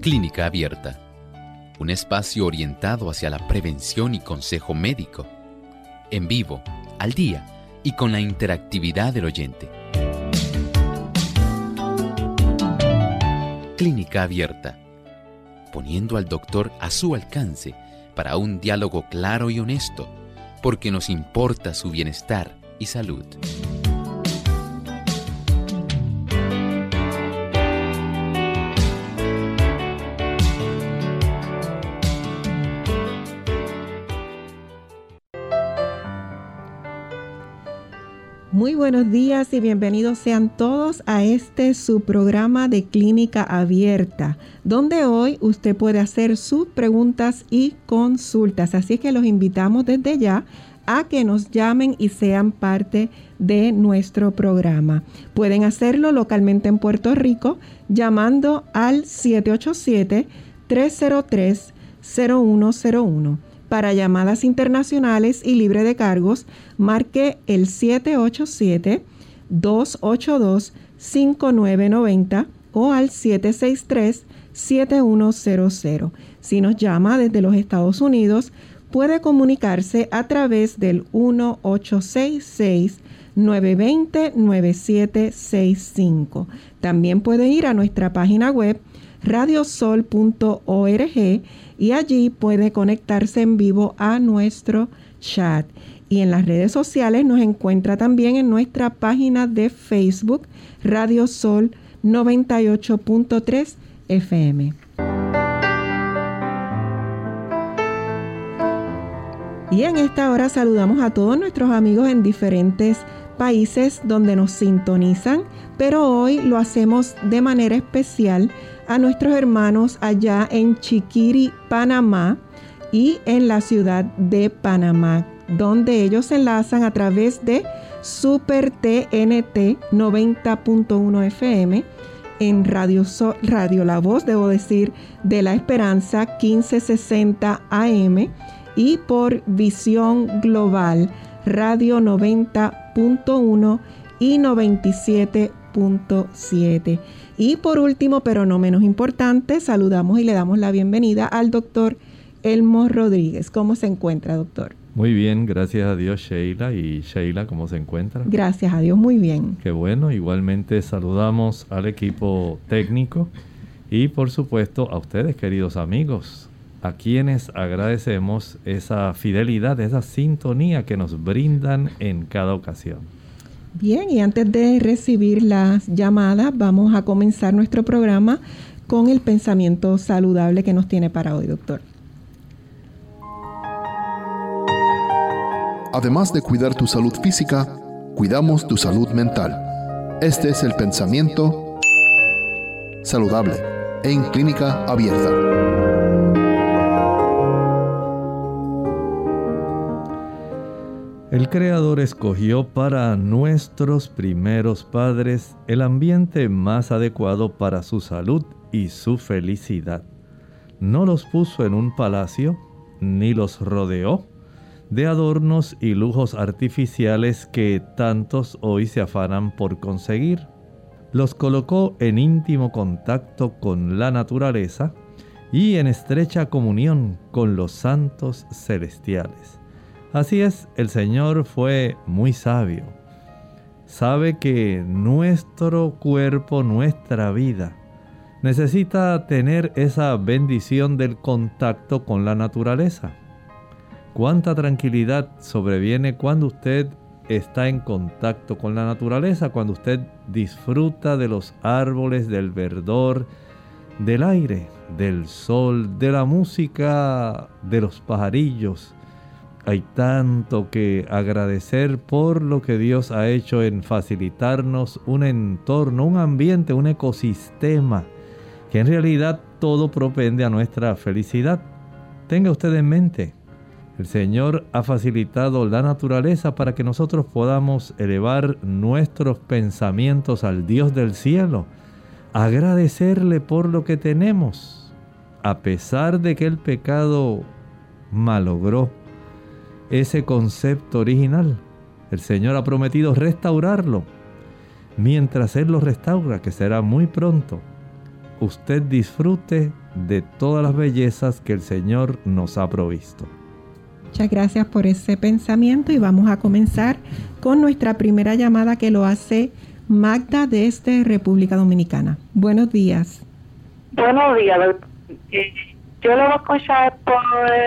Clínica Abierta, un espacio orientado hacia la prevención y consejo médico, en vivo, al día y con la interactividad del oyente. Clínica Abierta, poniendo al doctor a su alcance para un diálogo claro y honesto, porque nos importa su bienestar y salud. Muy buenos días y bienvenidos sean todos a su programa de Clínica Abierta, donde hoy usted puede hacer sus preguntas y consultas. Así que los invitamos desde ya a que nos llamen y sean parte de nuestro programa. Pueden hacerlo localmente en Puerto Rico llamando al 787-303-0101. Para llamadas internacionales y libre de cargos, marque el 787-282-5990 o al 763-7100. Si nos llama desde los Estados Unidos, puede comunicarse a través del 1-866-920-9765. También puede ir a nuestra página web radiosol.org y allí puede conectarse en vivo a nuestro chat. Y en las redes sociales nos encuentra también en nuestra página de Facebook, Radio Sol 98.3 FM. Y en esta hora saludamos a todos nuestros amigos en diferentes países donde nos sintonizan, pero hoy lo hacemos de manera especial a nuestros hermanos allá en Chiquiri, Panamá, y en la ciudad de Panamá, donde ellos se enlazan a través de Super TNT 90.1 FM, en Radio La Voz, debo decir, de la Esperanza 1560 AM, y por Visión Global, Radio 90.1 y 97.7. Y por último, pero no menos importante, saludamos y le damos la bienvenida al doctor Elmo Rodríguez. ¿Cómo se encuentra, doctor? Muy bien, gracias a Dios, Sheila. ¿Y Sheila, cómo se encuentra? Gracias a Dios, muy bien. Qué bueno. Igualmente saludamos al equipo técnico y, por supuesto, a ustedes, queridos amigos, a quienes agradecemos esa fidelidad, esa sintonía que nos brindan en cada ocasión. Bien, y antes de recibir las llamadas, vamos a comenzar nuestro programa con el pensamiento saludable que nos tiene para hoy, doctor. Además de cuidar tu salud física, cuidamos tu salud mental. Este es el pensamiento saludable en Clínica Abierta. El Creador escogió para nuestros primeros padres el ambiente más adecuado para su salud y su felicidad. No los puso en un palacio, ni los rodeó de adornos y lujos artificiales que tantos hoy se afanan por conseguir. Los colocó en íntimo contacto con la naturaleza y en estrecha comunión con los santos celestiales. Así es, el Señor fue muy sabio. Sabe que nuestro cuerpo, nuestra vida, necesita tener esa bendición del contacto con la naturaleza. Cuánta tranquilidad sobreviene cuando usted está en contacto con la naturaleza, cuando usted disfruta de los árboles, del verdor, del aire, del sol, de la música, de los pajarillos. Hay tanto que agradecer por lo que Dios ha hecho en facilitarnos un entorno, un ambiente, un ecosistema, que en realidad todo propende a nuestra felicidad. Tenga usted en mente, el Señor ha facilitado la naturaleza para que nosotros podamos elevar nuestros pensamientos al Dios del cielo, agradecerle por lo que tenemos, a pesar de que el pecado malogró ese concepto original. El Señor ha prometido restaurarlo. Mientras Él lo restaura, que será muy pronto, usted disfrute de todas las bellezas que el Señor nos ha provisto. Muchas gracias por ese pensamiento y vamos a comenzar con nuestra primera llamada que lo hace Magda desde República Dominicana. Buenos días. Buenos días, doctor. Yo lo voy a escuchar por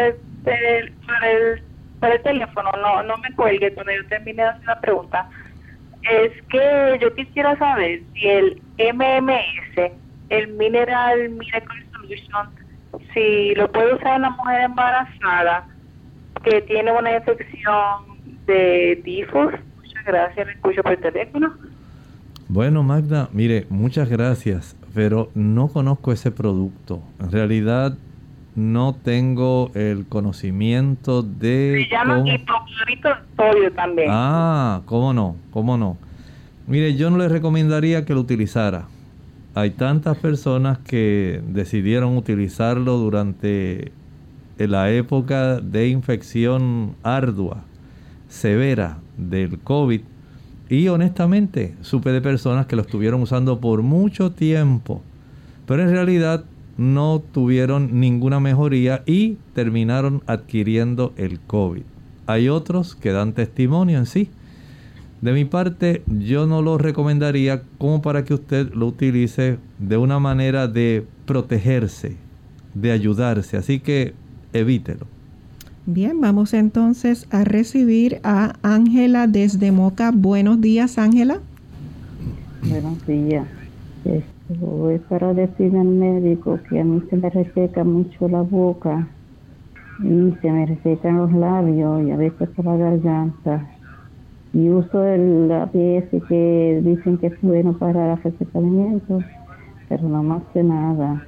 el teléfono, no me cuelgue cuando yo termine de hacer la pregunta. Es que yo quisiera saber si el MMS, el Mineral Miracle Solution, si lo puede usar una mujer embarazada que tiene una infección de tifus. Muchas gracias, le escucho por el teléfono. Bueno, Magda, mire, muchas gracias, pero no conozco ese producto. En realidad no tengo el conocimiento de... Se llama hipoclorito de sodio también. Ah, cómo no. Mire, yo no le recomendaría que lo utilizara. Hay tantas personas que decidieron utilizarlo durante la época de infección ardua, severa del COVID. Y honestamente, supe de personas que lo estuvieron usando por mucho tiempo, pero en realidad no tuvieron ninguna mejoría y terminaron adquiriendo el COVID. Hay otros que dan testimonio en sí. De mi parte, yo no lo recomendaría como para que usted lo utilice de una manera de protegerse, de ayudarse. Así que evítelo. Bien, vamos entonces a recibir a Ángela desde Moca. Buenos días, Ángela. Buenos días. Voy para decirle al médico que a mí se me reseca mucho la boca y se me resecan los labios y a veces por la garganta. Y uso el APS que dicen que es bueno para el resecamiento, pero no me hace nada.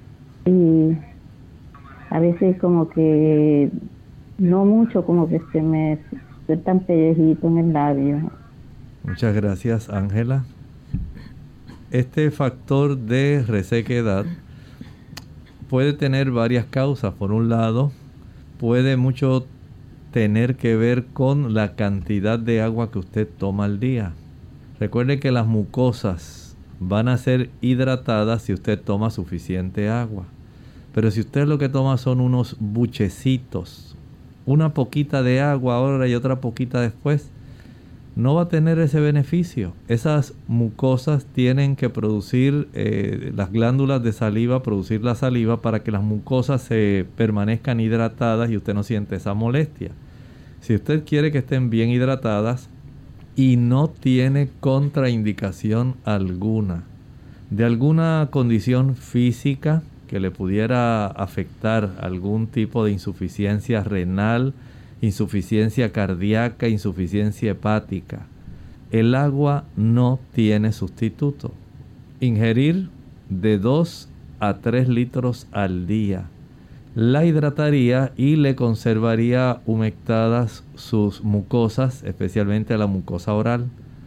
Y a veces como que, no mucho, como que se me sueltan pellejito en el labio. Muchas gracias, Ángela. Este factor de resequedad puede tener varias causas. Por un lado, puede mucho tener que ver con la cantidad de agua que usted toma al día. Recuerde que las mucosas van a ser hidratadas si usted toma suficiente agua. Pero si usted lo que toma son unos buchecitos, una poquita de agua ahora y otra poquita después, no va a tener ese beneficio. Esas mucosas tienen que producir las glándulas de saliva, producir la saliva para que las mucosas se permanezcan hidratadas y usted no siente esa molestia. Si usted quiere que estén bien hidratadas y no tiene contraindicación alguna de alguna condición física que le pudiera afectar algún tipo de insuficiencia renal, insuficiencia cardíaca, insuficiencia hepática, el agua no tiene sustituto. Ingerir de 2 a 3 litros al día la hidrataría y le conservaría humectadas sus mucosas, especialmente la mucosa oral.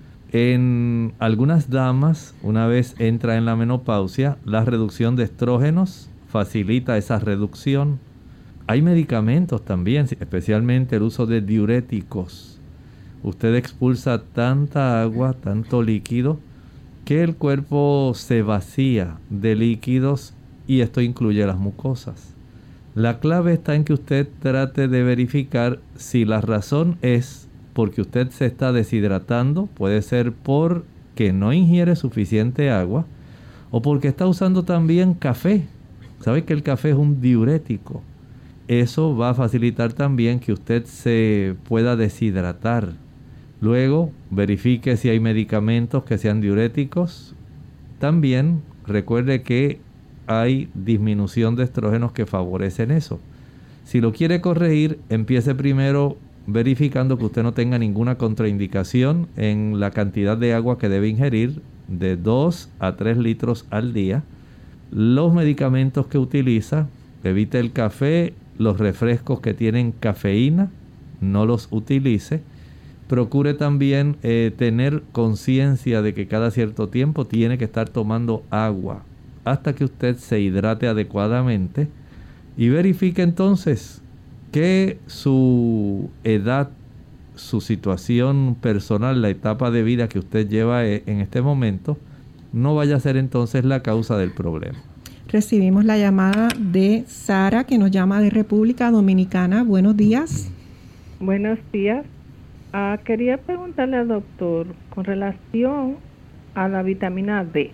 En algunas damas, una vez entra en la menopausia, la reducción de estrógenos facilita esa reducción. Hay medicamentos también, especialmente el uso de diuréticos. Usted expulsa tanta agua, tanto líquido, que el cuerpo se vacía de líquidos y esto incluye las mucosas. La clave está en que usted trate de verificar si la razón es porque usted se está deshidratando, puede ser porque no ingiere suficiente agua o porque está usando también café. ¿Sabe que el café es un diurético? Eso va a facilitar también que usted se pueda deshidratar. Luego, verifique si hay medicamentos que sean diuréticos. También recuerde que hay disminución de estrógenos que favorecen eso. Si lo quiere corregir, empiece primero verificando que usted no tenga ninguna contraindicación en la cantidad de agua que debe ingerir, de 2 a 3 litros al día. Los medicamentos que utiliza, evite el café, los refrescos que tienen cafeína, no los utilice. Procure también tener conciencia de que cada cierto tiempo tiene que estar tomando agua hasta que usted se hidrate adecuadamente y verifique entonces que su edad, su situación personal, la etapa de vida que usted lleva en este momento, no vaya a ser entonces la causa del problema. Recibimos la llamada de Sara, que nos llama de República Dominicana. Buenos días. Buenos días. Quería preguntarle al doctor con relación a la vitamina D.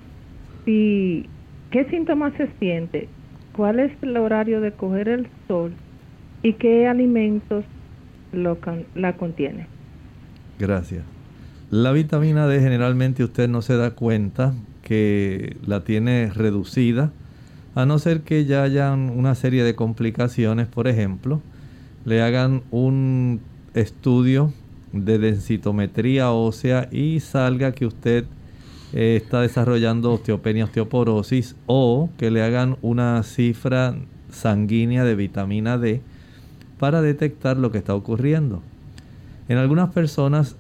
¿Qué síntomas se siente? ¿Cuál es el horario de coger el sol? ¿Y qué alimentos la contienen? Gracias. La vitamina D generalmente usted no se da cuenta que la tiene reducida, a no ser que ya hayan una serie de complicaciones. Por ejemplo, le hagan un estudio de densitometría ósea y salga que usted está desarrollando osteopenia, osteoporosis, o que le hagan una cifra sanguínea de vitamina D para detectar lo que está ocurriendo. En algunas personas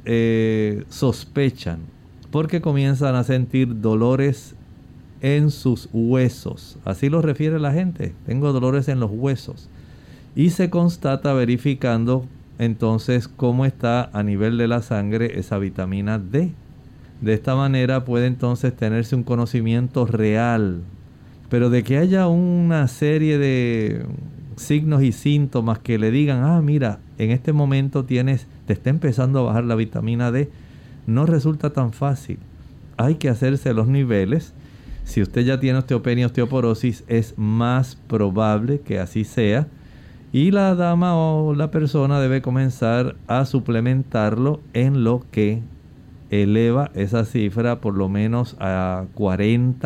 sospechan porque comienzan a sentir dolores en sus huesos. Así lo refiere la gente. Tengo dolores en los huesos. Y se constata verificando entonces cómo está a nivel de la sangre esa vitamina D. De esta manera puede entonces tenerse un conocimiento real. Pero de que haya una serie de signos y síntomas que le digan, mira, en este momento te está empezando a bajar la vitamina D, no resulta tan fácil. Hay que hacerse los niveles. Si usted ya tiene osteopenia, osteoporosis, es más probable que así sea. Y la dama o la persona debe comenzar a suplementarlo en lo que eleva esa cifra por lo menos a 40,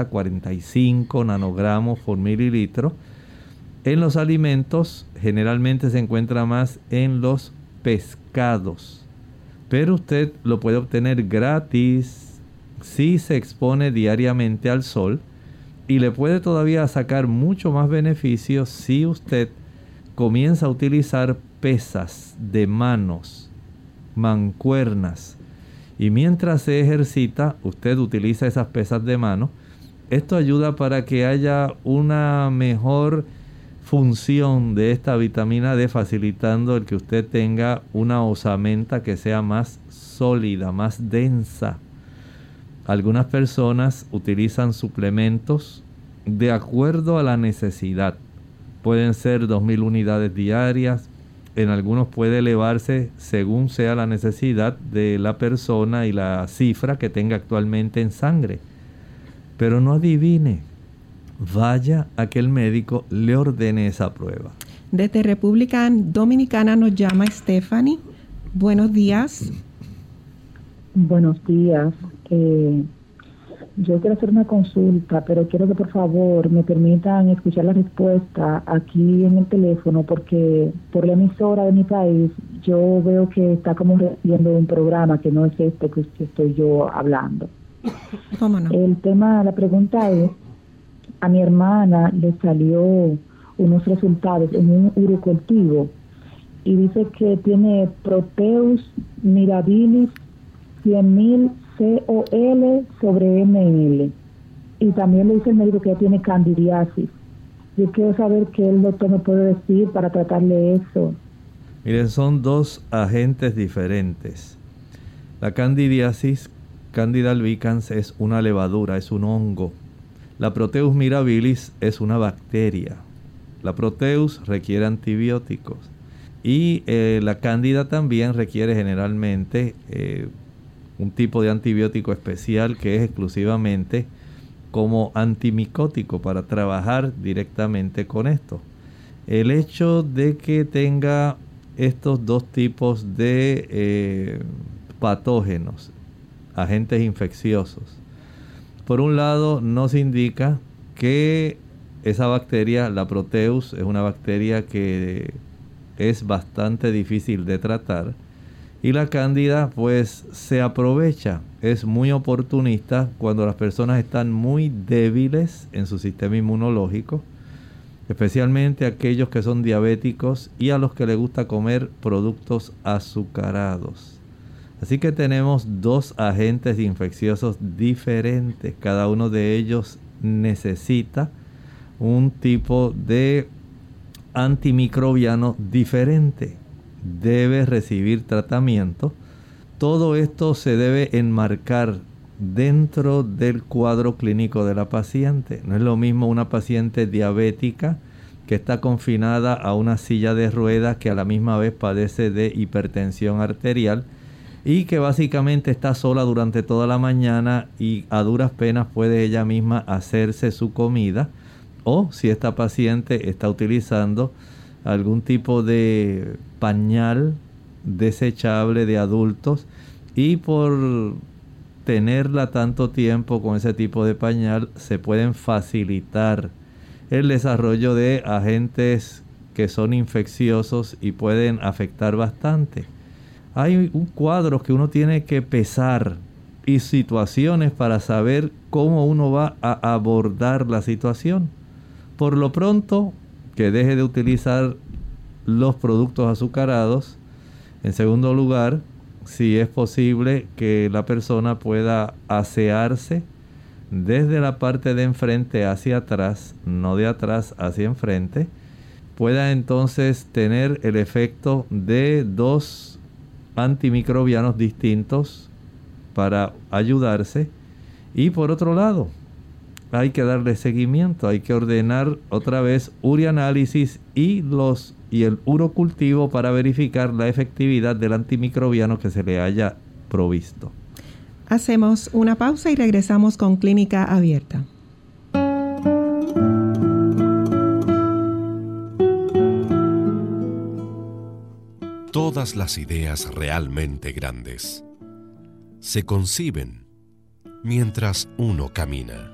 45 nanogramos por mililitro. En los alimentos generalmente se encuentra más en los pescados, pero usted lo puede obtener gratis si se expone diariamente al sol, y le puede todavía sacar mucho más beneficios si usted comienza a utilizar pesas de manos, mancuernas, y mientras se ejercita usted utiliza esas pesas de mano. Esto ayuda para que haya una mejor función de esta vitamina D, facilitando el que usted tenga una osamenta que sea más sólida, más densa. Algunas personas utilizan suplementos de acuerdo a la necesidad. Pueden ser 2000 unidades diarias. En algunos puede elevarse según sea la necesidad de la persona y la cifra que tenga actualmente en sangre. Pero no adivine. Vaya a que el médico le ordene esa prueba. Desde República Dominicana nos llama Stephanie. Buenos días. Buenos días. Yo quiero hacer una consulta, pero quiero que por favor me permitan escuchar la respuesta aquí en el teléfono, porque por la emisora de mi país yo veo que está como recibiendo un programa que no es este que estoy yo hablando. ¿Cómo no? La pregunta es, a mi hermana le salió unos resultados en un urocultivo y dice que tiene Proteus mirabilis 100.000 COL sobre ml, y también le dice el médico que ella tiene candidiasis. Yo quiero saber qué el doctor me puede decir para tratarle eso. Miren, son dos agentes diferentes. La candidiasis, Candida albicans, es una levadura, es un hongo. La Proteus mirabilis es una bacteria. La Proteus requiere antibióticos y la Cándida también requiere generalmente un tipo de antibiótico especial que es exclusivamente como antimicótico para trabajar directamente con esto. El hecho de que tenga estos dos tipos de patógenos, agentes infecciosos, por un lado nos indica que esa bacteria, la Proteus, es una bacteria que es bastante difícil de tratar, y la Cándida pues se aprovecha, es muy oportunista cuando las personas están muy débiles en su sistema inmunológico, especialmente aquellos que son diabéticos y a los que les gusta comer productos azucarados. Así que tenemos dos agentes infecciosos diferentes. Cada uno de ellos necesita un tipo de antimicrobiano diferente. Debe recibir tratamiento. Todo esto se debe enmarcar dentro del cuadro clínico de la paciente. No es lo mismo una paciente diabética que está confinada a una silla de ruedas, que a la misma vez padece de hipertensión arterial y que básicamente está sola durante toda la mañana y a duras penas puede ella misma hacerse su comida, o si esta paciente está utilizando algún tipo de pañal desechable de adultos y por tenerla tanto tiempo con ese tipo de pañal se pueden facilitar el desarrollo de agentes que son infecciosos y pueden afectar bastante. Hay un cuadro que uno tiene que pesar y situaciones para saber cómo uno va a abordar la situación. Por lo pronto, que deje de utilizar los productos azucarados. En segundo lugar, si es posible que la persona pueda asearse desde la parte de enfrente hacia atrás, no de atrás hacia enfrente, pueda entonces tener el efecto de 2 antimicrobianos distintos para ayudarse. Y por otro lado, hay que darle seguimiento, hay que ordenar otra vez urianálisis y el urocultivo para verificar la efectividad del antimicrobiano que se le haya provisto. Hacemos una pausa y regresamos con Clínica Abierta. Todas las ideas realmente grandes se conciben mientras uno camina.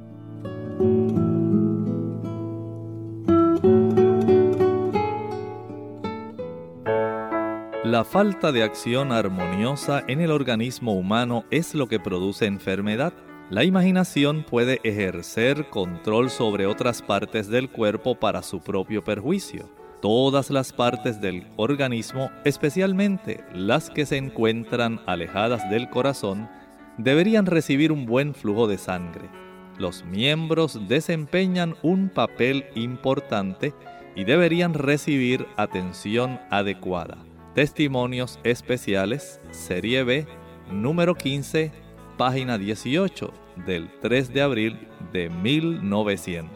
La falta de acción armoniosa en el organismo humano es lo que produce enfermedad. La imaginación puede ejercer control sobre otras partes del cuerpo para su propio perjuicio. Todas las partes del organismo, especialmente las que se encuentran alejadas del corazón, deberían recibir un buen flujo de sangre. Los miembros desempeñan un papel importante y deberían recibir atención adecuada. Testimonios especiales, serie B, número 15, página 18, del 3 de abril de 1900.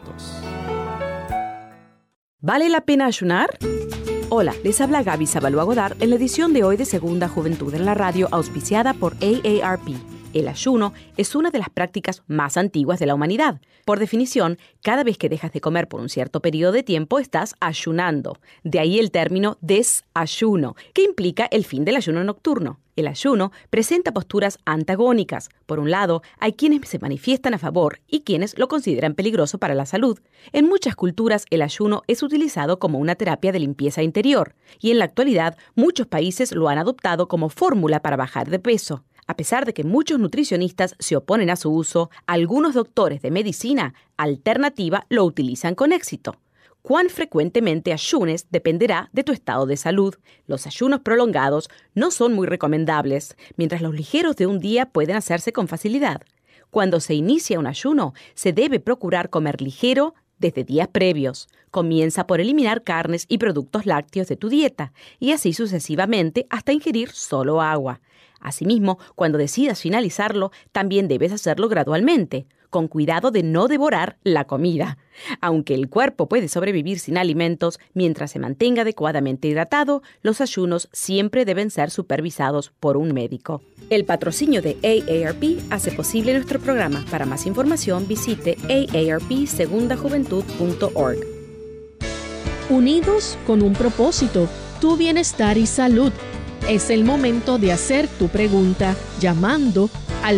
¿Vale la pena ayunar? Hola, les habla Gaby Sabalua Godard en la edición de hoy de Segunda Juventud en la Radio, auspiciada por AARP. El ayuno es una de las prácticas más antiguas de la humanidad. Por definición, cada vez que dejas de comer por un cierto periodo de tiempo, estás ayunando. De ahí el término desayuno, que implica el fin del ayuno nocturno. El ayuno presenta posturas antagónicas. Por un lado, hay quienes se manifiestan a favor y quienes lo consideran peligroso para la salud. En muchas culturas, el ayuno es utilizado como una terapia de limpieza interior, y en la actualidad, muchos países lo han adoptado como fórmula para bajar de peso. A pesar de que muchos nutricionistas se oponen a su uso, algunos doctores de medicina alternativa lo utilizan con éxito. Cuán frecuentemente ayunes dependerá de tu estado de salud. Los ayunos prolongados no son muy recomendables, mientras los ligeros de un día pueden hacerse con facilidad. Cuando se inicia un ayuno, se debe procurar comer ligero desde días previos. Comienza por eliminar carnes y productos lácteos de tu dieta, y así sucesivamente hasta ingerir solo agua. Asimismo, cuando decidas finalizarlo, también debes hacerlo gradualmente, con cuidado de no devorar la comida. Aunque el cuerpo puede sobrevivir sin alimentos, mientras se mantenga adecuadamente hidratado, los ayunos siempre deben ser supervisados por un médico. El patrocinio de AARP hace posible nuestro programa. Para más información, visite aarpsegundajuventud.org. Unidos con un propósito, tu bienestar y salud. Es el momento de hacer tu pregunta llamando al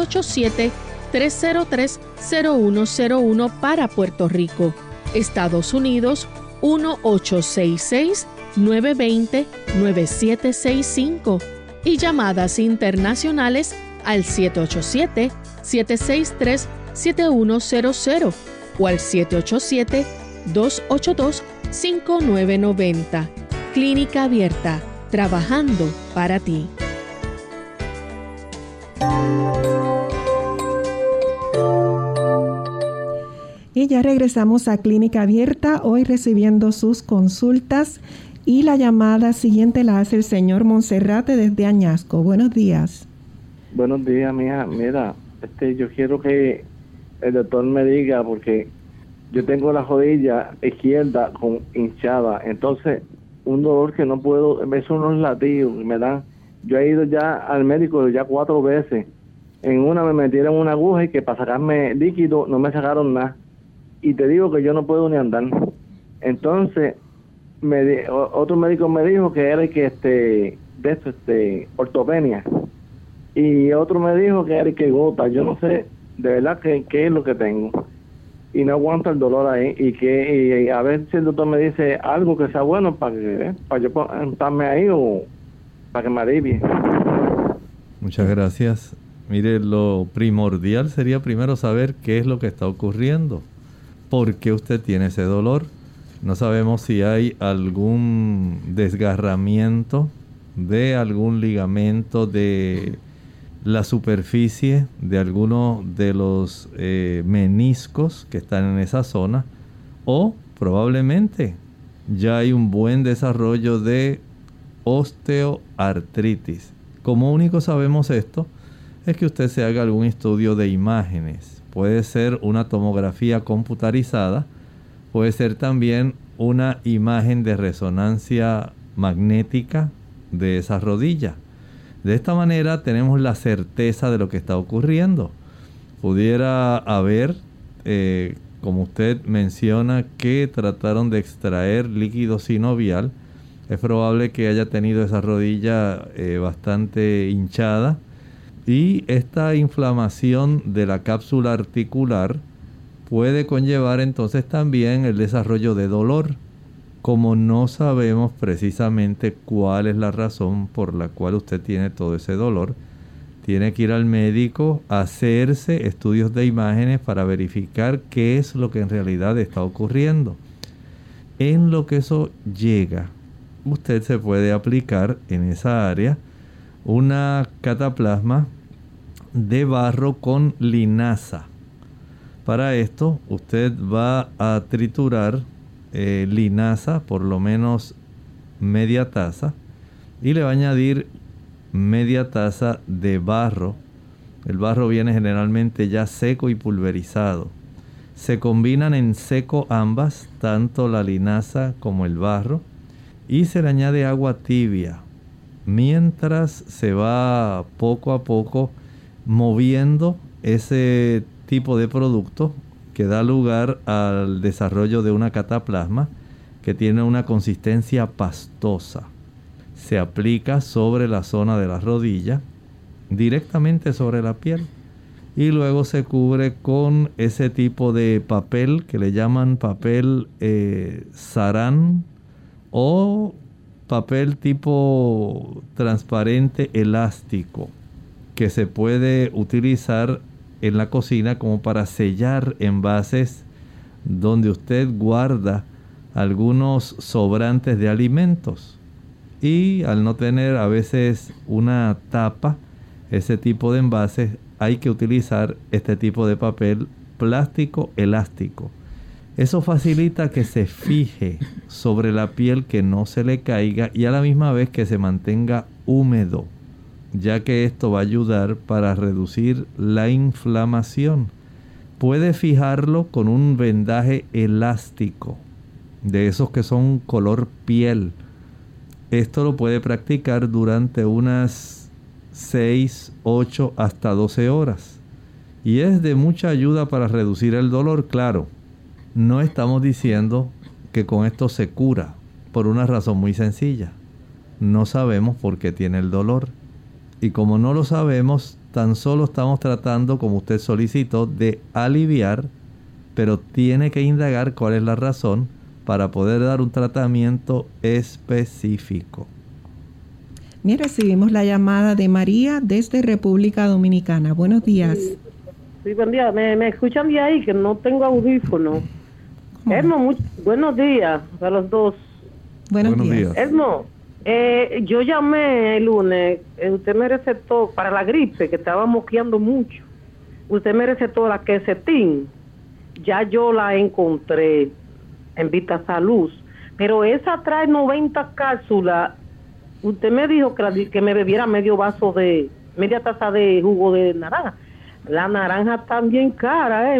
787-303-0101 para Puerto Rico, Estados Unidos 1-866-920-9765 y llamadas internacionales al 787-763-7100 o al 787-282-5990. Clínica Abierta, trabajando para ti. Y ya regresamos a Clínica Abierta, hoy recibiendo sus consultas. Y la llamada siguiente la hace el señor Monserrate desde Añasco. Buenos días. Buenos días, mija. Mira, yo quiero que el doctor me diga, porque yo tengo la rodilla izquierda hinchada, entonces un dolor que no puedo, es unos latidos que me dan. Yo he ido ya al médico ya 4 veces. En una me metieron una aguja y que para sacarme líquido no me sacaron nada. Y te digo que yo no puedo ni andar. Entonces, otro médico me dijo que era que ortopenia. Y otro me dijo que era que gota. Yo no sé de verdad qué es lo que tengo. Y no aguanto el dolor ahí. Y a ver si el doctor me dice algo que sea bueno para yo estarme ahí o para que me alivie. Muchas gracias. Mire, lo primordial sería primero saber qué es lo que está ocurriendo. ¿Por qué usted tiene ese dolor? No sabemos si hay algún desgarramiento de algún ligamento de la superficie de alguno de los meniscos que están en esa zona, o probablemente ya hay un buen desarrollo de osteoartritis. Como único sabemos esto es que usted se haga algún estudio de imágenes. Puede ser una tomografía computarizada, puede ser también una imagen de resonancia magnética de esa rodilla. De esta manera tenemos la certeza de lo que está ocurriendo. Pudiera haber, como usted menciona, que trataron de extraer líquido sinovial. Es probable que haya tenido esa rodilla bastante hinchada. Y esta inflamación de la cápsula articular puede conllevar entonces también el desarrollo de dolor. Como no sabemos precisamente cuál es la razón por la cual usted tiene todo ese dolor, tiene que ir al médico, hacerse estudios de imágenes para verificar qué es lo que en realidad está ocurriendo. En lo que eso llega, usted se puede aplicar en esa área una cataplasma de barro con linaza. Para esto, usted va a triturar linaza, por lo menos media taza, y le va a añadir media taza de barro. El barro viene generalmente ya seco y pulverizado. Se combinan en seco ambas, tanto la linaza como el barro, y se le añade agua tibia, mientras se va poco a poco moviendo ese tipo de producto que da lugar al desarrollo de una cataplasma que tiene una consistencia pastosa. Se aplica sobre la zona de la rodilla, directamente sobre la piel, y luego se cubre con ese tipo de papel que le llaman papel sarán o papel tipo transparente elástico, que se puede utilizar en la cocina como para sellar envases donde usted guarda algunos sobrantes de alimentos. Y al no tener a veces una tapa, ese tipo de envases, hay que utilizar este tipo de papel plástico elástico. Eso facilita que se fije sobre la piel, que no se le caiga, y a la misma vez que se mantenga húmedo, ya que esto va a ayudar para reducir la inflamación. Puede fijarlo con un vendaje elástico, de esos que son color piel. Esto lo puede practicar durante unas 6, 8 hasta 12 horas. Y es de mucha ayuda para reducir el dolor, claro. No estamos diciendo que con esto se cura, por una razón muy sencilla. No sabemos por qué tiene el dolor. Y como no lo sabemos, tan solo estamos tratando, como usted solicitó, de aliviar, pero tiene que indagar cuál es la razón para poder dar un tratamiento específico. Bien, recibimos la llamada de María desde República Dominicana. Buenos días. Sí, buen día. ¿Me escuchan de ahí? Que no tengo audífono. Edmo, buenos días a los dos. Buenos días. Edmo, yo llamé el lunes, usted me recetó para la gripe, que estaba moqueando mucho. Usted me recetó la quercetin. Ya yo la encontré en Vita Salud, pero esa trae 90 cápsulas. Usted me dijo que me bebiera media taza de jugo de naranja. La naranja está bien cara,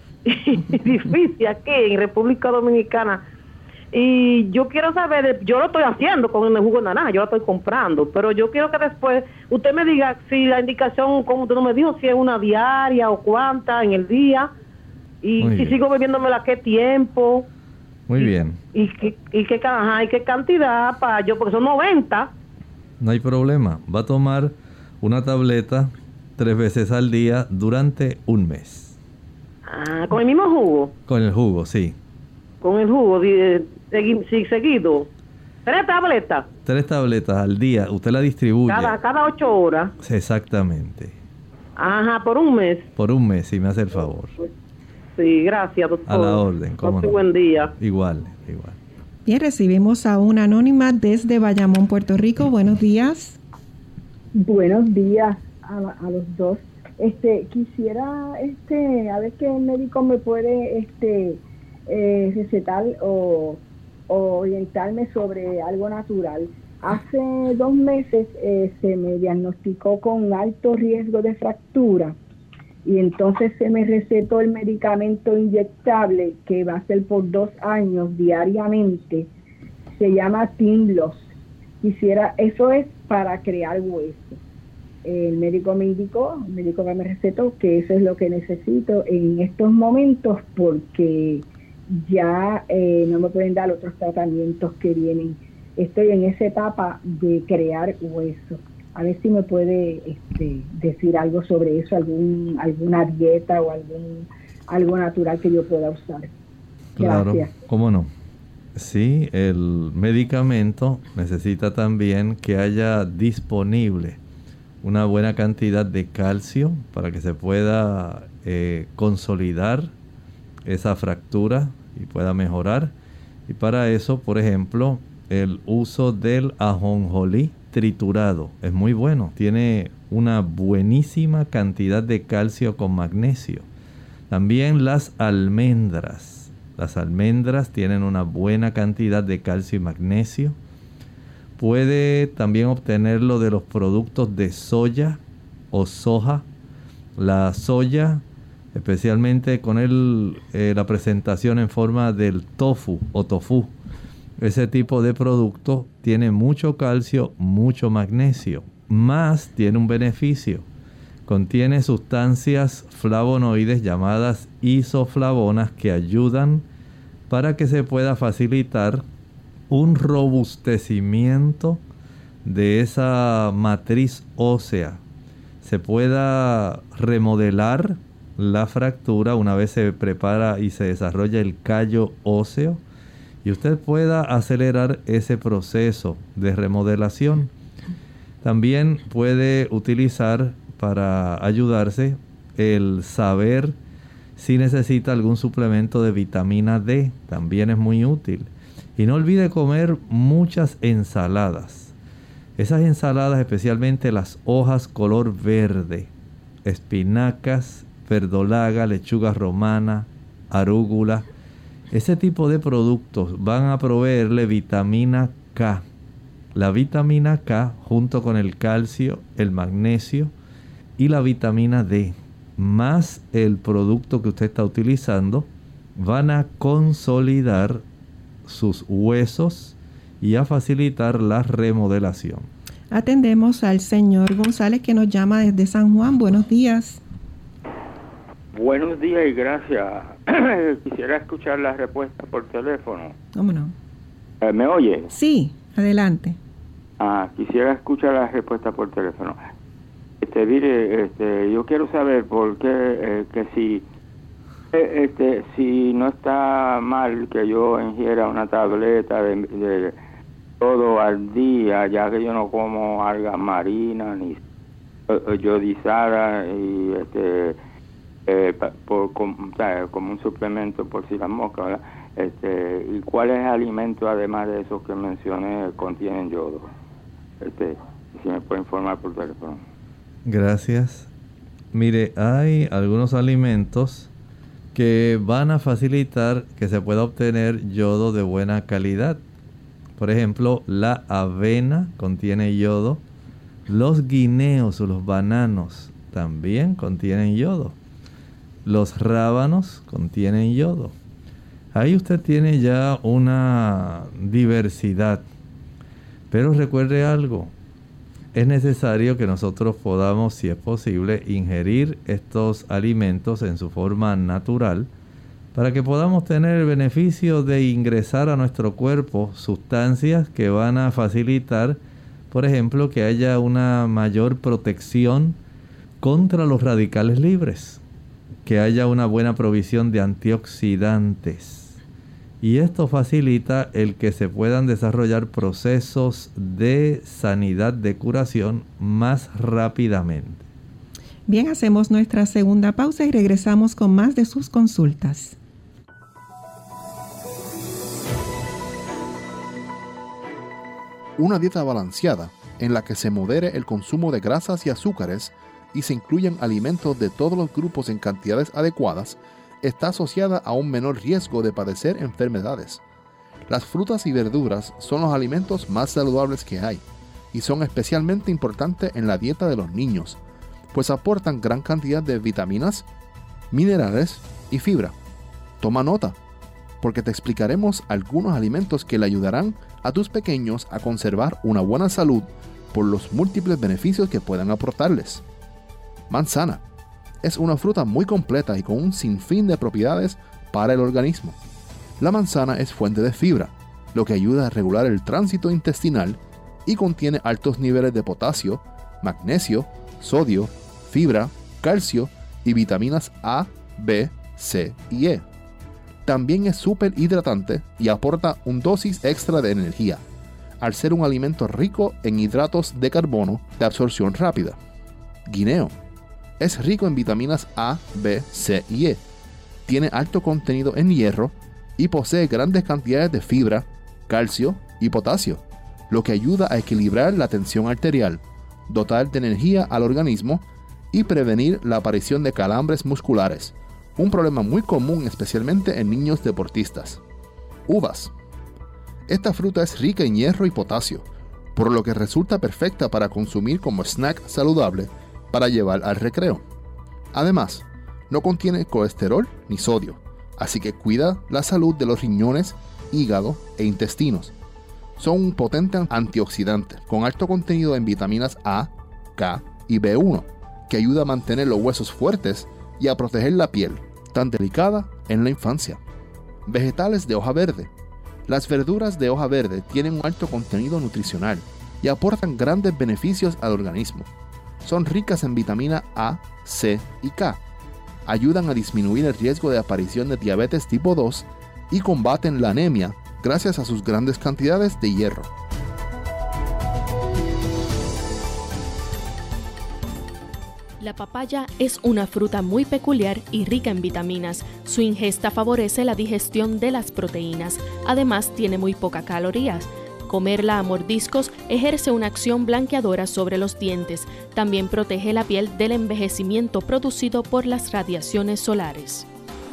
difícil aquí en República Dominicana. Y yo quiero saber, yo lo estoy haciendo con el jugo de naranja, yo lo estoy comprando, pero yo quiero que después usted me diga si la indicación, como usted no me dijo, si es una diaria o cuánta en el día, y Muy si bien. sigo bebiéndomela, qué tiempo, Muy bien. y qué cantidad para yo, porque son 90. No hay problema. Va a tomar una tableta 3 veces al día durante un mes. Ah, con el mismo jugo. Con el jugo, sí. Con el jugo, seguido. 3 tabletas. 3 tabletas al día. Usted la distribuye. Cada 8 horas. Exactamente. Ajá, por un mes. Por un mes, si me hace el favor. Sí, gracias, doctor. A la orden, cómo Pase no. buen día. Igual. Bien, recibimos a una anónima desde Bayamón, Puerto Rico. Buenos días. Buenos días a los dos. Quisiera a ver qué médico me puede recetar o orientarme sobre algo natural. Hace 2 meses se me diagnosticó con alto riesgo de fractura y entonces se me recetó el medicamento inyectable que va a ser por 2 años diariamente. Se llama Tymlos. Eso es para crear hueso. El médico me indicó, el médico que me recetó, que eso es lo que necesito en estos momentos porque ya no me pueden dar otros tratamientos que vienen. Estoy en esa etapa de crear hueso. A ver si me puede decir algo sobre eso, alguna dieta o algo natural que yo pueda usar. Claro, Gracias. ¿cómo no? Sí, el medicamento necesita también que haya disponible una buena cantidad de calcio para que se pueda consolidar esa fractura y pueda mejorar. Y para eso, por ejemplo, el uso del ajonjolí triturado es muy bueno. Tiene una buenísima cantidad de calcio con magnesio. También las almendras. Las almendras tienen una buena cantidad de calcio y magnesio. Puede también obtenerlo de los productos de soya o soja. La soya, especialmente con la presentación en forma del tofu o tofu. Ese tipo de producto tiene mucho calcio, mucho magnesio. Más tiene un beneficio. Contiene sustancias flavonoides llamadas isoflavonas que ayudan para que se pueda facilitar un robustecimiento de esa matriz ósea. Se pueda remodelar la fractura una vez se prepara y se desarrolla el callo óseo y usted pueda acelerar ese proceso de remodelación. También puede utilizar para ayudarse el saber si necesita algún suplemento de vitamina D, también es muy útil. Y no olvide comer muchas ensaladas. Esas ensaladas, especialmente las hojas color verde, espinacas, verdolaga, lechuga romana, arúgula. Ese tipo de productos van a proveerle vitamina K. La vitamina K junto con el calcio, el magnesio y la vitamina D, más el producto que usted está utilizando, van a consolidar sus huesos y a facilitar la remodelación. Atendemos al señor González que nos llama desde San Juan. Buenos días. Buenos días y gracias. Quisiera escuchar la respuesta por teléfono. ¿Cómo no? ¿Me oye? Sí, adelante. Quisiera escuchar la respuesta por teléfono. Mire, yo quiero saber por qué, si no está mal que yo ingiera una tableta de todo al día, ya que yo no como algas marinas ni yodizada y como un suplemento por si las moscas, ¿verdad? ¿Y cuáles alimentos además de esos que mencioné contienen yodo? Si me puede informar por teléfono. Gracias. Mire, hay algunos alimentos que van a facilitar que se pueda obtener yodo de buena calidad. Por ejemplo, la avena contiene yodo. Los guineos o los bananos también contienen yodo. Los rábanos contienen yodo. Ahí usted tiene ya una diversidad. Pero recuerde algo, es necesario que nosotros podamos, si es posible, ingerir estos alimentos en su forma natural para que podamos tener el beneficio de ingresar a nuestro cuerpo sustancias que van a facilitar, por ejemplo, que haya una mayor protección contra los radicales libres, que haya una buena provisión de antioxidantes. Y esto facilita el que se puedan desarrollar procesos de sanidad, de curación más rápidamente. Bien, hacemos nuestra segunda pausa y regresamos con más de sus consultas. Una dieta balanceada en la que se modere el consumo de grasas y azúcares y se incluyan alimentos de todos los grupos en cantidades adecuadas está asociada a un menor riesgo de padecer enfermedades. Las frutas y verduras son los alimentos más saludables que hay y son especialmente importantes en la dieta de los niños, pues aportan gran cantidad de vitaminas, minerales y fibra. Toma nota, porque te explicaremos algunos alimentos que le ayudarán a tus pequeños a conservar una buena salud por los múltiples beneficios que puedan aportarles. Manzana. Es una fruta muy completa y con un sinfín de propiedades para el organismo. La manzana es fuente de fibra, lo que ayuda a regular el tránsito intestinal y contiene altos niveles de potasio, magnesio, sodio, fibra, calcio y vitaminas A, B, C y E. También es súper hidratante y aporta un dosis extra de energía, al ser un alimento rico en hidratos de carbono de absorción rápida. Guineo. Es rico en vitaminas A, B, C y E. Tiene alto contenido en hierro y posee grandes cantidades de fibra, calcio y potasio, lo que ayuda a equilibrar la tensión arterial, dotar de energía al organismo y prevenir la aparición de calambres musculares, un problema muy común especialmente en niños deportistas. Uvas. Esta fruta es rica en hierro y potasio, por lo que resulta perfecta para consumir como snack saludable para llevar al recreo. Además, no contiene colesterol ni sodio, así que cuida la salud de los riñones, hígado e intestinos. Son un potente antioxidante con alto contenido en vitaminas A, K y B1, que ayuda a mantener los huesos fuertes y a proteger la piel, tan delicada en la infancia. Vegetales de hoja verde. Las verduras de hoja verde tienen un alto contenido nutricional y aportan grandes beneficios al organismo. Son ricas en vitamina A, C y K. Ayudan a disminuir el riesgo de aparición de diabetes tipo 2 y combaten la anemia gracias a sus grandes cantidades de hierro. La papaya es una fruta muy peculiar y rica en vitaminas. Su ingesta favorece la digestión de las proteínas. Además, tiene muy pocas calorías. Comerla a mordiscos ejerce una acción blanqueadora sobre los dientes. También protege la piel del envejecimiento producido por las radiaciones solares.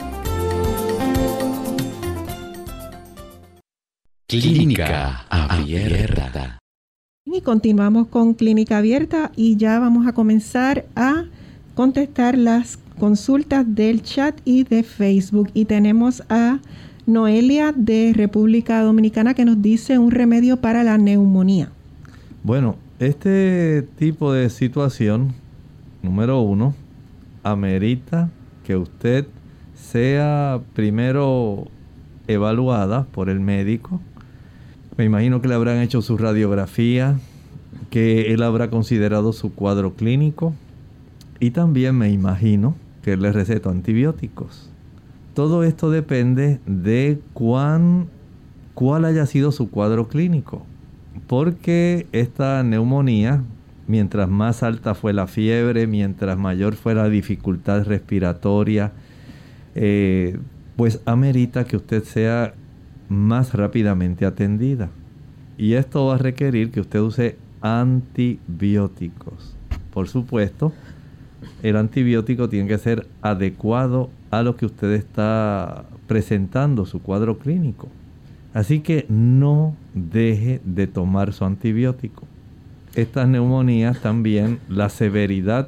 Clínica Abierta. Y continuamos con Clínica Abierta y ya vamos a comenzar a contestar las consultas del chat y de Facebook. Y tenemos a Noelia de República Dominicana que nos dice un remedio para la neumonía. Bueno, este tipo de situación, número 1, amerita que usted sea primero evaluada por el médico. Me imagino que le habrán hecho su radiografía, que él habrá considerado su cuadro clínico y también me imagino que él le recetó antibióticos. Todo esto depende de cuál haya sido su cuadro clínico, porque esta neumonía, mientras más alta fue la fiebre, mientras mayor fue la dificultad respiratoria, pues amerita que usted sea más rápidamente atendida. Y esto va a requerir que usted use antibióticos. Por supuesto, el antibiótico tiene que ser adecuado a lo que usted está presentando, su cuadro clínico. Así que no deje de tomar su antibiótico. Estas neumonías también, la severidad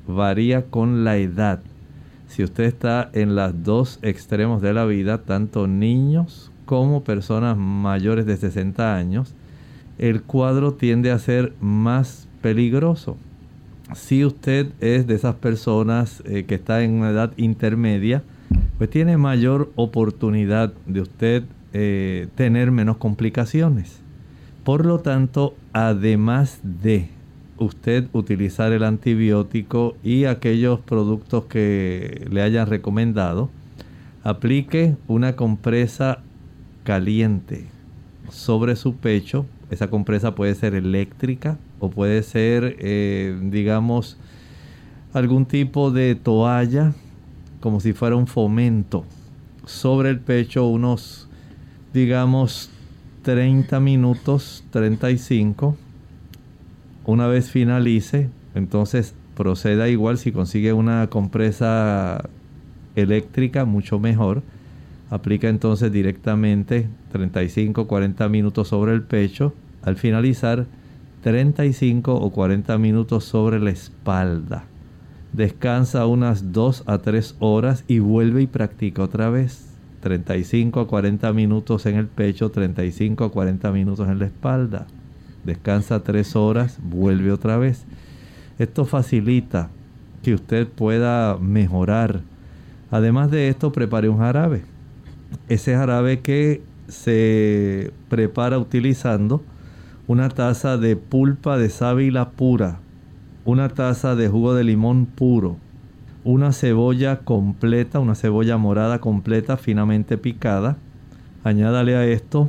varía con la edad. Si usted está en los dos extremos de la vida, tanto niños como personas mayores de 60 años, el cuadro tiende a ser más peligroso. Si usted es de esas personas que está en una edad intermedia, pues tiene mayor oportunidad de usted tener menos complicaciones. Por lo tanto, además de usted utilizar el antibiótico y aquellos productos que le hayan recomendado, aplique una compresa caliente sobre su pecho. Esa compresa puede ser eléctrica o puede ser, digamos, algún tipo de toalla, como si fuera un fomento, sobre el pecho unos, digamos, 30 minutos, 35. Una vez finalice, entonces proceda igual. Si consigue una compresa eléctrica, mucho mejor. Aplica entonces directamente 35 40 minutos sobre el pecho. Al finalizar, 35 o 40 minutos sobre la espalda. Descansa unas 2 a 3 horas y vuelve y practica otra vez. 35 a 40 minutos en el pecho, 35 a 40 minutos en la espalda. Descansa 3 horas, vuelve otra vez. Esto facilita que usted pueda mejorar. Además de esto, prepare un jarabe. Ese jarabe que se prepara utilizando una taza de pulpa de sábila pura, una taza de jugo de limón puro, una cebolla completa, una cebolla morada completa finamente picada. Añádale a esto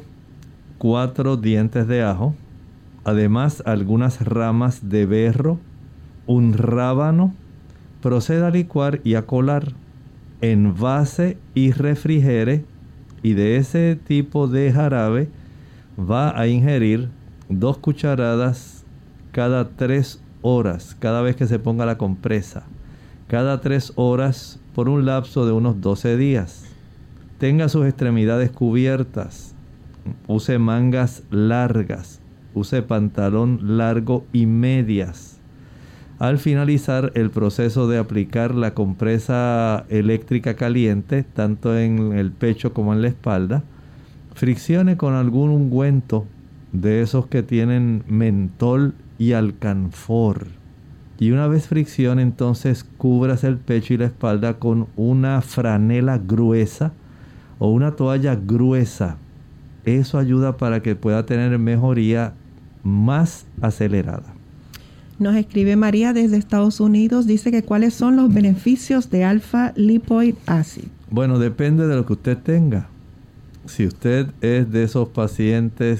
4 dientes de ajo, además algunas ramas de berro, un rábano. Proceda a licuar y a colar. Envase y refrigere, y de ese tipo de jarabe va a ingerir 2 cucharadas cada 3 horas, cada vez que se ponga la compresa. Cada 3 horas por un lapso de unos 12 días. Tenga sus extremidades cubiertas. Use mangas largas. Use pantalón largo y medias. Al finalizar el proceso de aplicar la compresa eléctrica caliente, tanto en el pecho como en la espalda, friccione con algún ungüento de esos que tienen mentol y alcanfor. Y una vez friccione, entonces cúbrase el pecho y la espalda con una franela gruesa o una toalla gruesa. Eso ayuda para que pueda tener mejoría más acelerada. Nos escribe María desde Estados Unidos. Dice que cuáles son los beneficios de alfa lipoic acid. Bueno, depende de lo que usted tenga. Si usted es de esos pacientes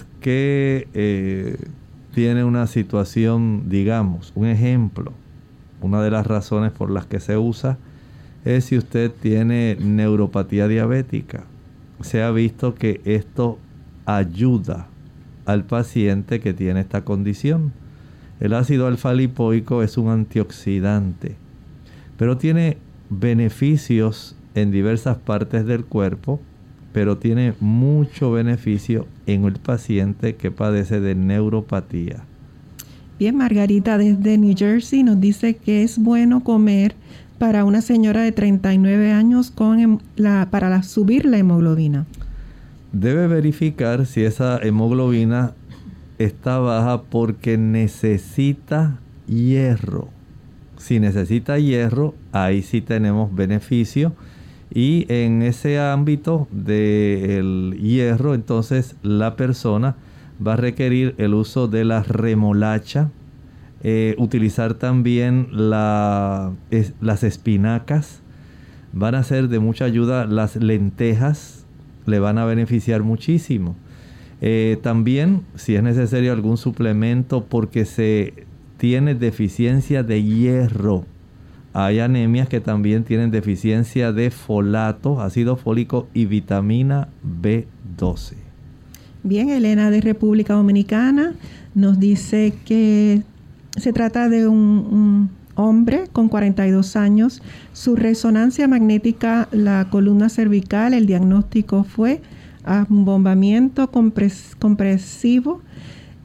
que tiene una situación, digamos, un ejemplo, una de las razones por las que se usa es si usted tiene neuropatía diabética. Se ha visto que esto ayuda al paciente que tiene esta condición. El ácido alfa-lipoico es un antioxidante, pero tiene beneficios en diversas partes del cuerpo, pero tiene mucho beneficio en el paciente que padece de neuropatía. Bien, Margarita desde New Jersey nos dice que es bueno comer para una señora de 39 años para subir la hemoglobina. Debe verificar si esa hemoglobina está baja porque necesita hierro. Si necesita hierro, ahí sí tenemos beneficio. Y en ese ámbito del hierro, entonces la persona va a requerir el uso de la remolacha, utilizar también las espinacas. Van a ser de mucha ayuda. Las lentejas le van a beneficiar muchísimo. También, si es necesario algún suplemento porque se tiene deficiencia de hierro. Hay anemias que también tienen deficiencia de folato, ácido fólico y vitamina B12. Bien, Elena de República Dominicana nos dice que se trata de un hombre con 42 años. Su resonancia magnética, la columna cervical, el diagnóstico fue abombamiento compresivo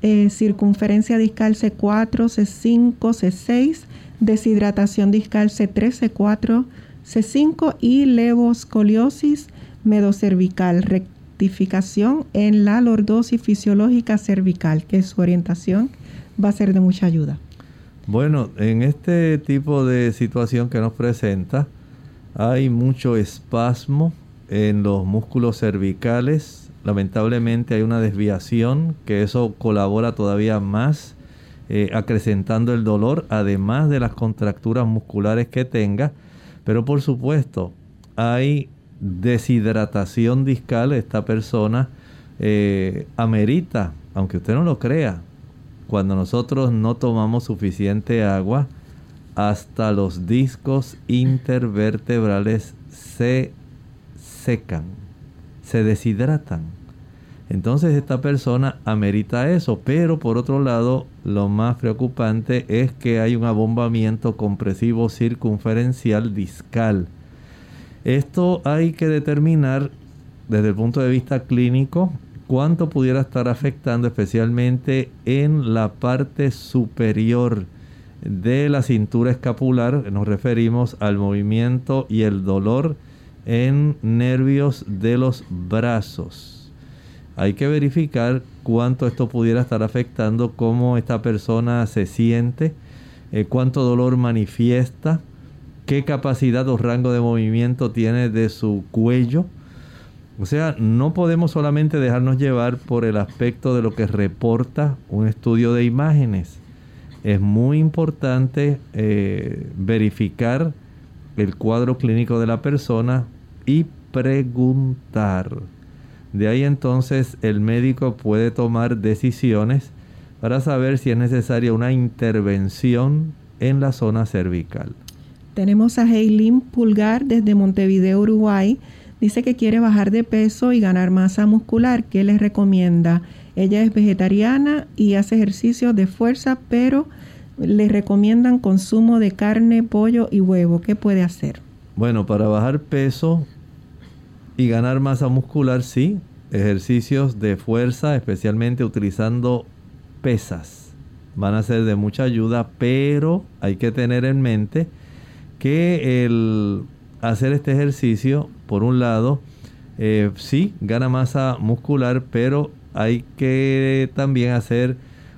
circunferencia discal C4, C5, C6, deshidratación discal C3, C4, C5 y levoscoliosis medocervical, rectificación en la lordosis fisiológica cervical, que su orientación va a ser de mucha ayuda. Bueno, en este tipo de situación que nos presenta, hay mucho espasmo en los músculos cervicales. Lamentablemente hay una desviación, que eso colabora todavía más, acrecentando el dolor, además de las contracturas musculares que tenga. Pero por supuesto, hay deshidratación discal. Esta persona amerita, aunque usted no lo crea, cuando nosotros no tomamos suficiente agua, hasta los discos intervertebrales se secan, se deshidratan. Entonces esta persona amerita eso, pero por otro lado, lo más preocupante es que hay un abombamiento compresivo circunferencial discal. Esto hay que determinar desde el punto de vista clínico cuánto pudiera estar afectando, especialmente en la parte superior de la cintura escapular. Nos referimos al movimiento y el dolor en nervios de los brazos. Hay que verificar cuánto esto pudiera estar afectando, cómo esta persona se siente, cuánto dolor manifiesta, qué capacidad o rango de movimiento tiene de su cuello. O sea, no podemos solamente dejarnos llevar por el aspecto de lo que reporta un estudio de imágenes. Es muy importante verificar el cuadro clínico de la persona y preguntar. De ahí entonces el médico puede tomar decisiones para saber si es necesaria una intervención en la zona cervical. Tenemos a Heilin Pulgar desde Montevideo, Uruguay. Dice que quiere bajar de peso y ganar masa muscular. ¿Qué les recomienda? Ella es vegetariana y hace ejercicios de fuerza, pero le recomiendan consumo de carne, pollo y huevo. ¿Qué puede hacer? Bueno, para bajar peso y ganar masa muscular, sí. Ejercicios de fuerza, especialmente utilizando pesas, van a ser de mucha ayuda, pero hay que tener en mente que el hacer este ejercicio, por un lado, sí, gana masa muscular, pero hay que también hacer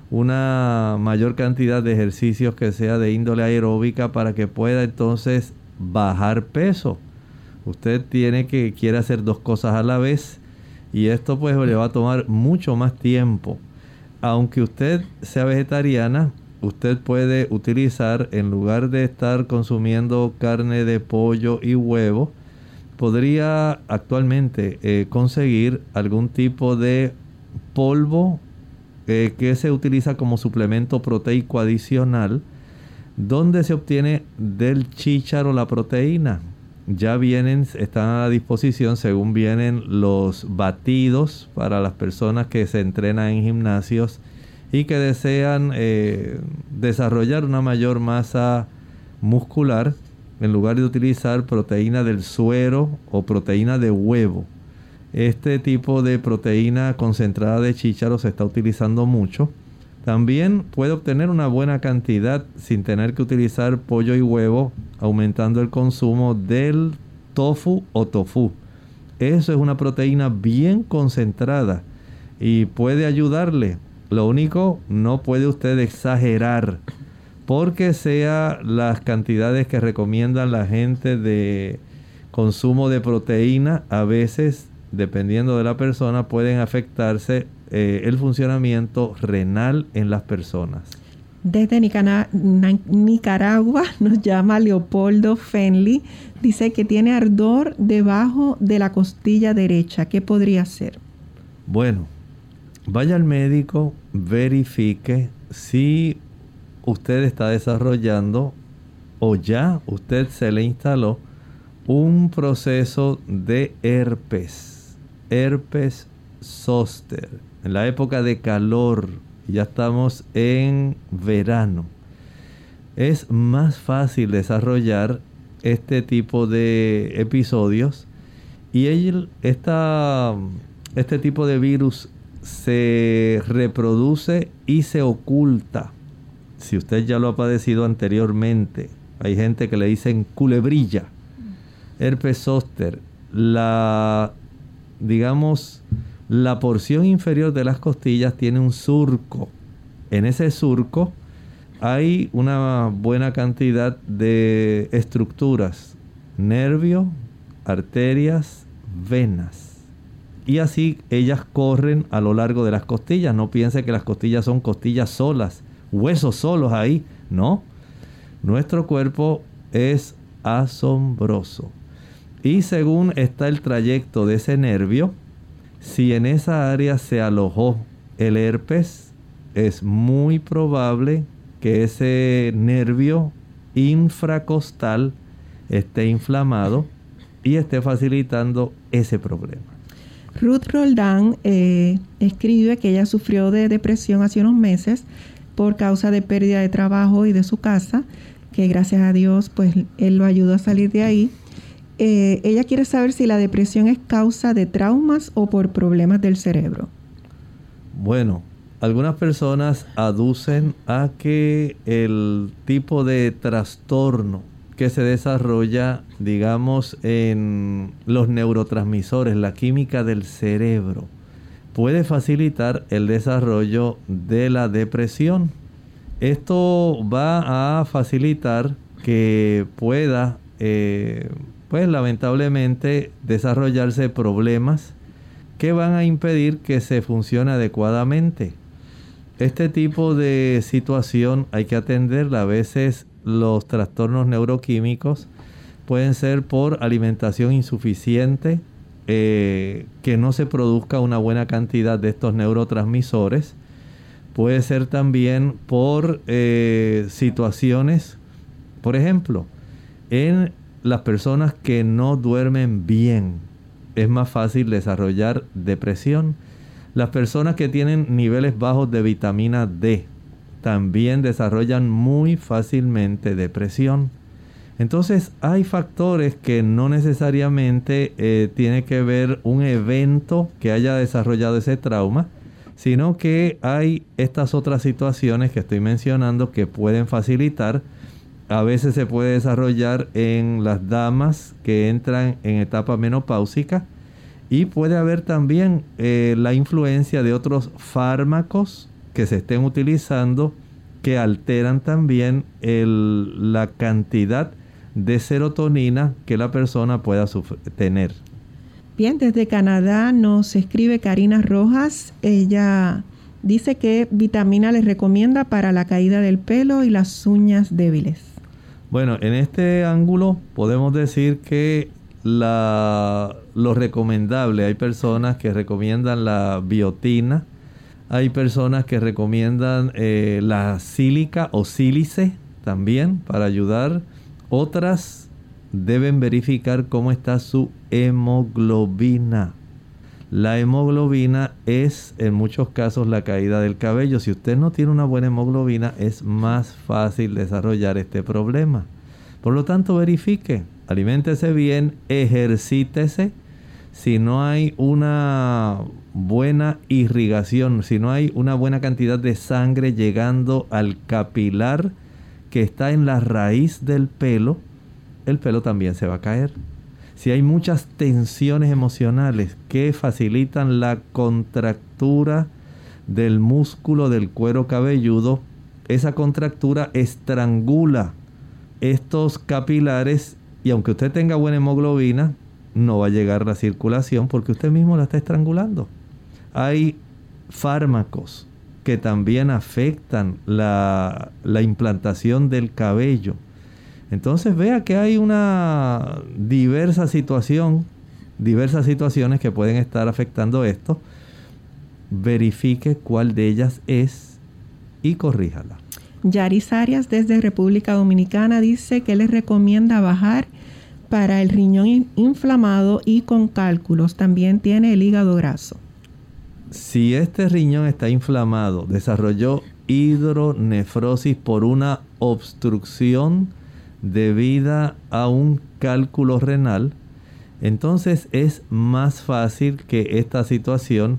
una mayor cantidad de ejercicios que sea de índole aeróbica para que pueda entonces bajar peso. Usted quiere hacer dos cosas a la vez y esto pues le va a tomar mucho más tiempo. Aunque usted sea vegetariana, usted puede utilizar, en lugar de estar consumiendo carne de pollo y huevo, podría actualmente conseguir algún tipo de polvo que se utiliza como suplemento proteico adicional, donde se obtiene del chícharo la proteína. Ya están a la disposición, según vienen los batidos para las personas que se entrenan en gimnasios y que desean desarrollar una mayor masa muscular, en lugar de utilizar proteína del suero o proteína de huevo. Este tipo de proteína concentrada de chícharo se está utilizando mucho. También puede obtener una buena cantidad sin tener que utilizar pollo y huevo, aumentando el consumo del tofu o tofu. Eso es una proteína bien concentrada y puede ayudarle. Lo único, no puede usted exagerar, porque sea las cantidades que recomiendan la gente de consumo de proteína, a veces, dependiendo de la persona, pueden afectarse el funcionamiento renal en las personas. Desde Nicaragua nos llama Leopoldo Fenley. Dice que tiene ardor debajo de la costilla derecha. ¿Qué podría hacer? Bueno, vaya al médico, verifique si usted está desarrollando o ya usted se le instaló un proceso de herpes zóster. En la época de calor, ya estamos en verano, es más fácil desarrollar este tipo de episodios y este tipo de virus se reproduce y se oculta. Si usted ya lo ha padecido anteriormente, hay gente que le dicen culebrilla, herpes zóster, la porción inferior de las costillas tiene un surco. En ese surco hay una buena cantidad de estructuras, nervio, arterias, venas. Y así ellas corren a lo largo de las costillas. No piense que las costillas son costillas solas, huesos solos ahí. No. Nuestro cuerpo es asombroso. Y según está el trayecto de ese nervio, si en esa área se alojó el herpes, es muy probable que ese nervio infracostal esté inflamado y esté facilitando ese problema. Ruth Roldán escribe que ella sufrió de depresión hace unos meses por causa de pérdida de trabajo y de su casa, que gracias a Dios pues él lo ayudó a salir de ahí. Ella quiere saber si la depresión es causa de traumas o por problemas del cerebro. Bueno, algunas personas aducen a que el tipo de trastorno que se desarrolla, digamos, en los neurotransmisores, la química del cerebro, puede facilitar el desarrollo de la depresión. Esto va a facilitar que pueda, pues lamentablemente, desarrollarse problemas que van a impedir que se funcione adecuadamente. Este tipo de situación hay que atenderla. A veces los trastornos neuroquímicos pueden ser por alimentación insuficiente, que no se produzca una buena cantidad de estos neurotransmisores. Puede ser también por situaciones, por ejemplo, en las personas que no duermen bien, es más fácil desarrollar depresión. Las personas que tienen niveles bajos de vitamina D también desarrollan muy fácilmente depresión. Entonces hay factores que no necesariamente tiene que ver un evento que haya desarrollado ese trauma, sino que hay estas otras situaciones que estoy mencionando que pueden facilitar. A veces se puede desarrollar en las damas que entran en etapa menopáusica, y puede haber también la influencia de otros fármacos que se estén utilizando que alteran también la cantidad de serotonina que la persona pueda tener. Bien, desde Canadá nos escribe Karina Rojas. Ella dice que vitamina les recomienda para la caída del pelo y las uñas débiles. Bueno, en este ángulo podemos decir que lo recomendable, hay personas que recomiendan la biotina, hay personas que recomiendan la sílica o sílice también para ayudar. Otras deben verificar cómo está su hemoglobina. La hemoglobina es en muchos casos la caída del cabello. Si usted no tiene una buena hemoglobina, es más fácil desarrollar este problema. Por lo tanto, verifique, aliméntese bien, ejercítese. Si no hay una buena irrigación, si no hay una buena cantidad de sangre llegando al capilar que está en la raíz del pelo, el pelo también se va a caer. Si hay muchas tensiones emocionales que facilitan la contractura del músculo del cuero cabelludo, esa contractura estrangula estos capilares, y aunque usted tenga buena hemoglobina, no va a llegar la circulación porque usted mismo la está estrangulando. Hay fármacos que también afectan la implantación del cabello. Entonces vea que hay una diversas situaciones que pueden estar afectando esto. Verifique cuál de ellas es y corríjala. Yaris Arias desde República Dominicana dice que les recomienda bajar para el riñón inflamado y con cálculos. También tiene el hígado graso. Si este riñón está inflamado, desarrolló hidronefrosis por una obstrucción debida a un cálculo renal, entonces es más fácil que esta situación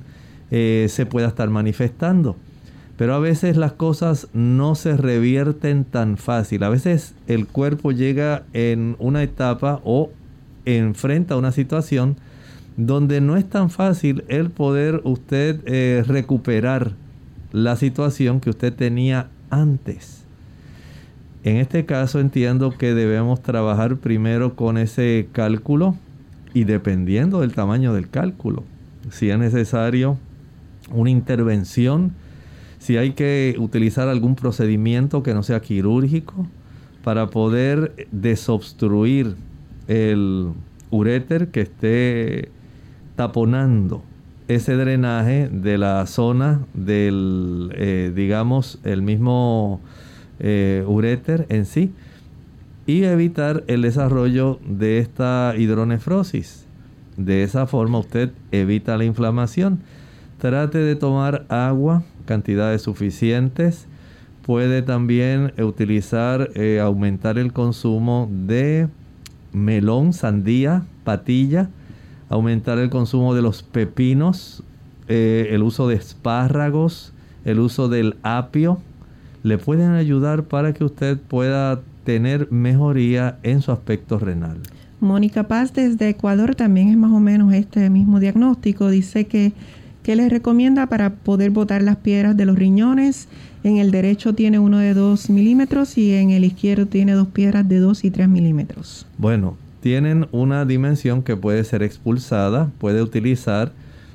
se pueda estar manifestando. Pero a veces las cosas no se revierten tan fácil. A veces el cuerpo llega en una etapa o enfrenta una situación donde no es tan fácil el poder usted recuperar la situación que usted tenía antes. En este caso entiendo que debemos trabajar primero con ese cálculo y dependiendo del tamaño del cálculo, si es necesario una intervención, si hay que utilizar algún procedimiento que no sea quirúrgico para poder desobstruir el uréter que esté taponando ese drenaje de la zona del, digamos, el mismo uréter en sí, y evitar el desarrollo de esta hidronefrosis. De esa forma usted evita la inflamación. Trate de tomar agua, cantidades suficientes. Puede también utilizar, aumentar el consumo de melón, sandía, patilla, aumentar el consumo de los pepinos, el uso de espárragos, el uso del apio, le pueden ayudar para que usted pueda tener mejoría en su aspecto renal. Mónica Paz desde Ecuador también es más o menos este mismo diagnóstico. Dice que les recomienda para poder botar las piedras de los riñones. En el derecho tiene uno de 2 milímetros y en el izquierdo tiene 2 piedras de 2 y 3 milímetros. Bueno, tienen una dimensión que puede ser expulsada. Puede utilizar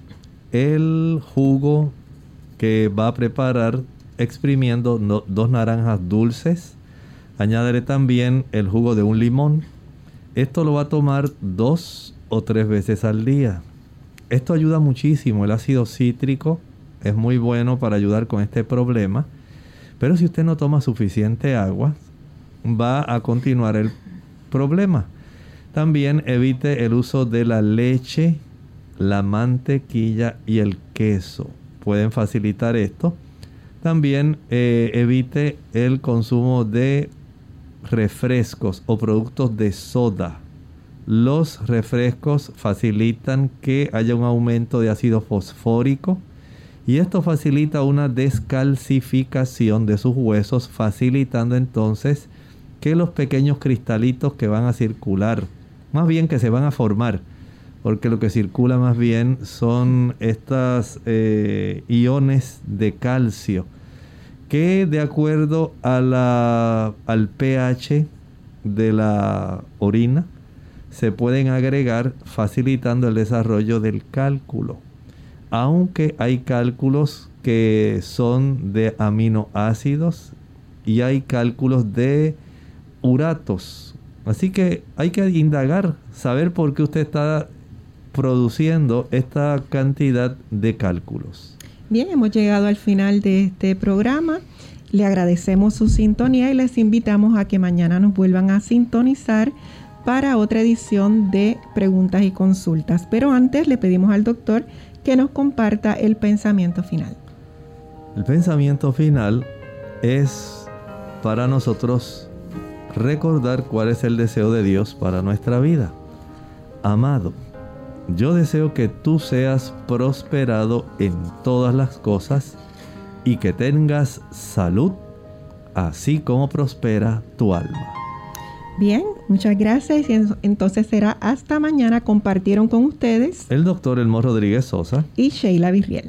el jugo que va a preparar exprimiendo 2 naranjas dulces. Añádele también el jugo de un limón. Esto lo va a tomar 2 o 3 veces al día. Esto ayuda muchísimo. El ácido cítrico es muy bueno para ayudar con este problema. Pero si usted no toma suficiente agua, va a continuar el problema. También evite el uso de la leche, la mantequilla y el queso. Pueden facilitar esto. También evite el consumo de refrescos o productos de soda. Los refrescos facilitan que haya un aumento de ácido fosfórico y esto facilita una descalcificación de sus huesos, facilitando entonces que los pequeños cristalitos que van a circular, más bien que se van a formar, porque lo que circula más bien son estas iones de calcio que de acuerdo a al pH de la orina se pueden agregar, facilitando el desarrollo del cálculo. Aunque hay cálculos que son de aminoácidos y hay cálculos de uratos. Así que hay que indagar, saber por qué usted está produciendo esta cantidad de cálculos. Bien, hemos llegado al final de este programa. Le agradecemos su sintonía y les invitamos a que mañana nos vuelvan a sintonizar para otra edición de Preguntas y Consultas. Pero antes le pedimos al doctor que nos comparta el pensamiento final. El pensamiento final es para nosotros recordar cuál es el deseo de Dios para nuestra vida. Amado, yo deseo que tú seas prosperado en todas las cosas y que tengas salud, así como prospera tu alma. Bien, muchas gracias. Y entonces será hasta mañana. Compartieron con ustedes el doctor Elmo Rodríguez Sosa y Sheila Virriel.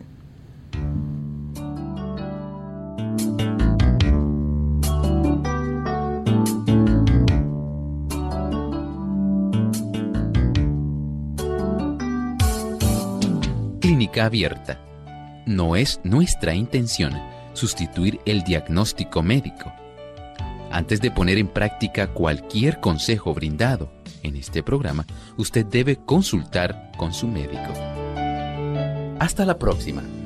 Clínica Abierta. No es nuestra intención sustituir el diagnóstico médico. Antes de poner en práctica cualquier consejo brindado en este programa, usted debe consultar con su médico. Hasta la próxima.